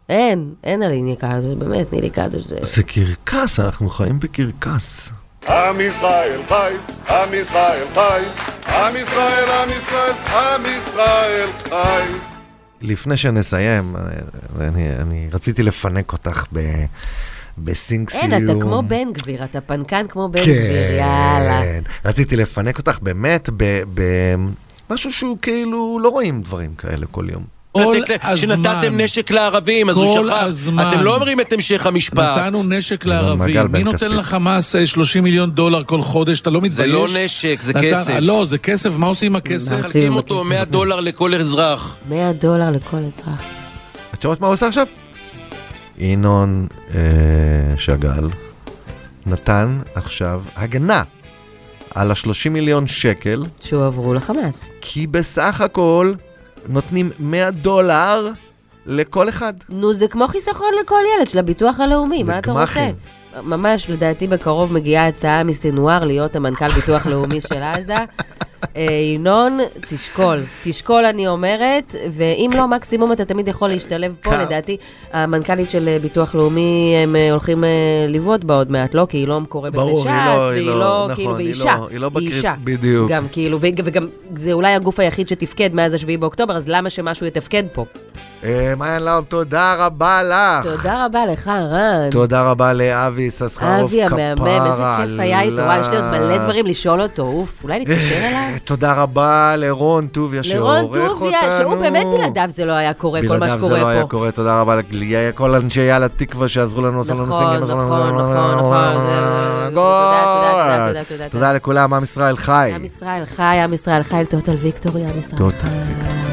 אין הליני קדוש, באמת, נילי קדוש זה... זה קרקס, אנחנו חיים בקרקס. עם ישראל חי, עם ישראל חי, עם ישראל, עם ישראל, עם ישראל חי. לפני שנסיים, אני רציתי לפנק אותך בסינג סיום. אין, אתה כמו בן גביר, אתה פנקן כמו בן גביר, יאללה. רציתי לפנק אותך באמת במשהו שהוא כאילו, לא רואים דברים כאלה כל יום. שנתתם נשק לערבים, אז הוא שכח. אתם לא אומרים את המשך המשפט. נתנו נשק לערבים. מי נותן לחמאס 30 מיליון דולר כל חודש? אתה לא מתבייש? זה לא נשק, זה כסף. לא, זה כסף. מה עושים עם הכסף? מחלקים אותו $100 לכל אזרח. $100 לכל אזרח. את שומעת מה הוא עושה עכשיו? ינון שגל נתן עכשיו הגנה על ה-30 מיליון שקל שהועברו לחמאס. כי בסך הכל נותנים $100 לכל אחד. נו, זה כמו חיסכון לכל ילד של הביטוח הלאומי, מה אתה רוצה? ממש, לדעתי בקרוב מגיעה הצעה מסינואר להיות המנכ"ל ביטוח לאומי של עזה. ינון, תשקול אני אומרת, ואם לא מקסימום אתה תמיד יכול להשתלב פה, לדעתי המנכ"לית של ביטוח לאומי הם הולכים לבעוט בה עוד מעט, לא? כי היא לא מקורבת לש"ס, והיא לא, כאילו, ואישה. היא לא בקריט, בדיוק. גם כאילו, וגם זה אולי הגוף היחיד שתפקד מאז 7 באוקטובר, אז למה שמשהו יתפקד פה? מעיין לאוב, תודה רבה לך. תודה רבה לך, רן. תודה רבה לאבי ססחרוף, אבי המאמן, איזה כיף היה איתו, יש לי עוד מלא דברים לשאול אותו, אוף, אולי נתקשר אליו? תודה רבה לרון טוביה שעורך אותנו. לרון טוביה, שהוא באמת בלעדיו זה לא היה קורה, כל מה שקורה פה. בלעדיו זה לא היה קורה, תודה רבה לכל אנשי יאללה תקווה שעזרו לנו, עשו לנו סינגים. נכון. תודה לכולם, עם ישראל חי. עם ישראל חי, טוטל ויקטורי, עם ישראל חי.